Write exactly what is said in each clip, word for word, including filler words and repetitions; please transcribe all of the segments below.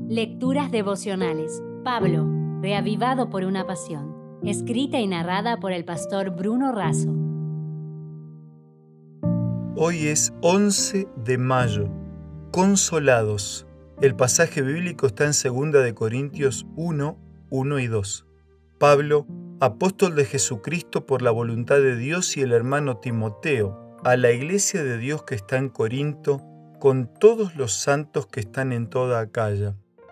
Lecturas devocionales. Pablo, reavivado por una pasión. Escrita y narrada por el pastor Bruno Razo. Hoy es once de mayo. Consolados. El pasaje bíblico está en segunda de Corintios uno, uno y dos. Pablo, apóstol de Jesucristo por la voluntad de Dios, y el hermano Timoteo, a la iglesia de Dios que está en Corinto, con todos los santos que están en toda Acaya.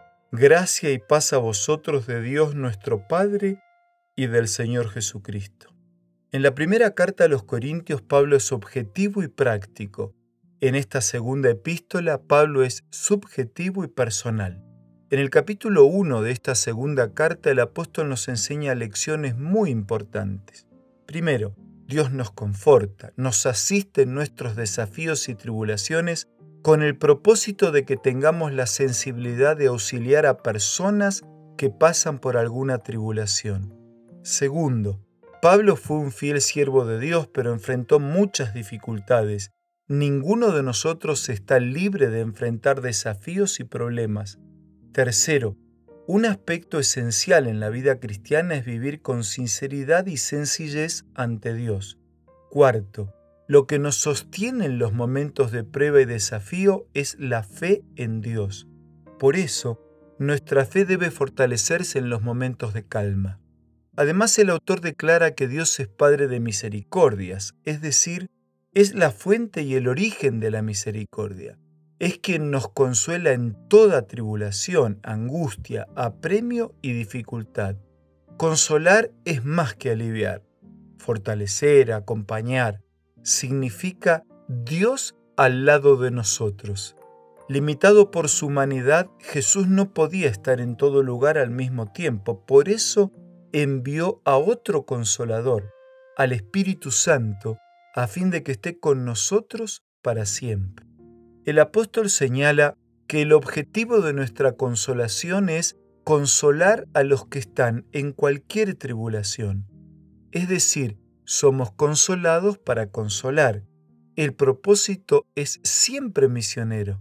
Gracia y paz a vosotros de Dios nuestro Padre y del Señor Jesucristo. En la primera carta a los Corintios, Pablo es objetivo y práctico. En esta segunda epístola, Pablo es subjetivo y personal. En el capítulo uno de esta segunda carta, el apóstol nos enseña lecciones muy importantes. Primero, Dios nos conforta, nos asiste en nuestros desafíos y tribulaciones con el propósito de que tengamos la sensibilidad de auxiliar a personas que pasan por alguna tribulación. Segundo, Pablo fue un fiel siervo de Dios, pero enfrentó muchas dificultades. Ninguno de nosotros está libre de enfrentar desafíos y problemas. Tercero, un aspecto esencial en la vida cristiana es vivir con sinceridad y sencillez ante Dios. Cuarto, lo que nos sostiene en los momentos de prueba y desafío es la fe en Dios. Por eso, nuestra fe debe fortalecerse en los momentos de calma. Además, el autor declara que Dios es Padre de misericordias, es decir, es la fuente y el origen de la misericordia. Es quien nos consuela en toda tribulación, angustia, apremio y dificultad. Consolar es más que aliviar. Fortalecer, acompañar, significa Dios al lado de nosotros. Limitado por su humanidad, Jesús no podía estar en todo lugar al mismo tiempo. Por eso envió a otro Consolador, al Espíritu Santo, a fin de que esté con nosotros para siempre. El apóstol señala que el objetivo de nuestra consolación es consolar a los que están en cualquier tribulación. Es decir, somos consolados para consolar. El propósito es siempre misionero.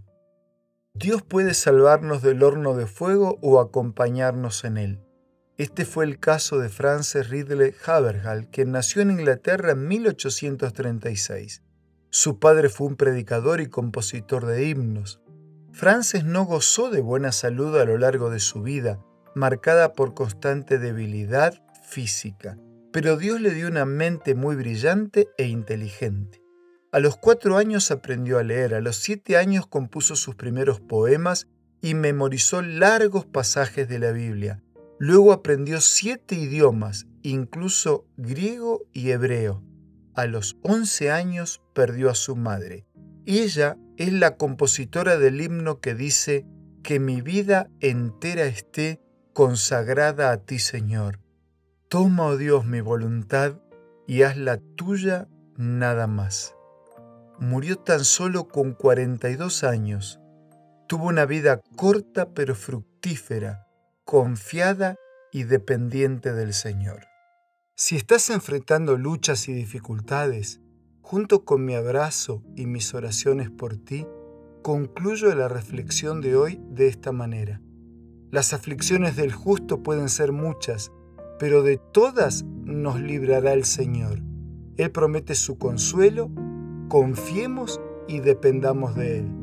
Dios puede salvarnos del horno de fuego o acompañarnos en él. Este fue el caso de Frances Ridley Havergal, quien nació en Inglaterra en mil ochocientos treinta y seis. Su padre fue un predicador y compositor de himnos. Frances no gozó de buena salud a lo largo de su vida, marcada por constante debilidad física, pero Dios le dio una mente muy brillante e inteligente. A los cuatro años aprendió a leer, a los siete años compuso sus primeros poemas y memorizó largos pasajes de la Biblia. Luego aprendió siete idiomas, incluso griego y hebreo. A los once años perdió a su madre. Ella es la compositora del himno que dice: «Que mi vida entera esté consagrada a ti, Señor. Toma, oh Dios, mi voluntad y haz la tuya nada más». Murió tan solo con cuarenta y dos años. Tuvo una vida corta pero fructífera, confiada y dependiente del Señor. Si estás enfrentando luchas y dificultades, junto con mi abrazo y mis oraciones por ti, concluyo la reflexión de hoy de esta manera. Las aflicciones del justo pueden ser muchas, pero de todas nos librará el Señor. Él promete su consuelo, confiemos y dependamos de Él.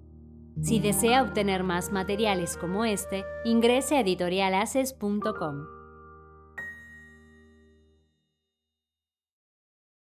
Si desea obtener más materiales como este, ingrese a editorial haces punto com.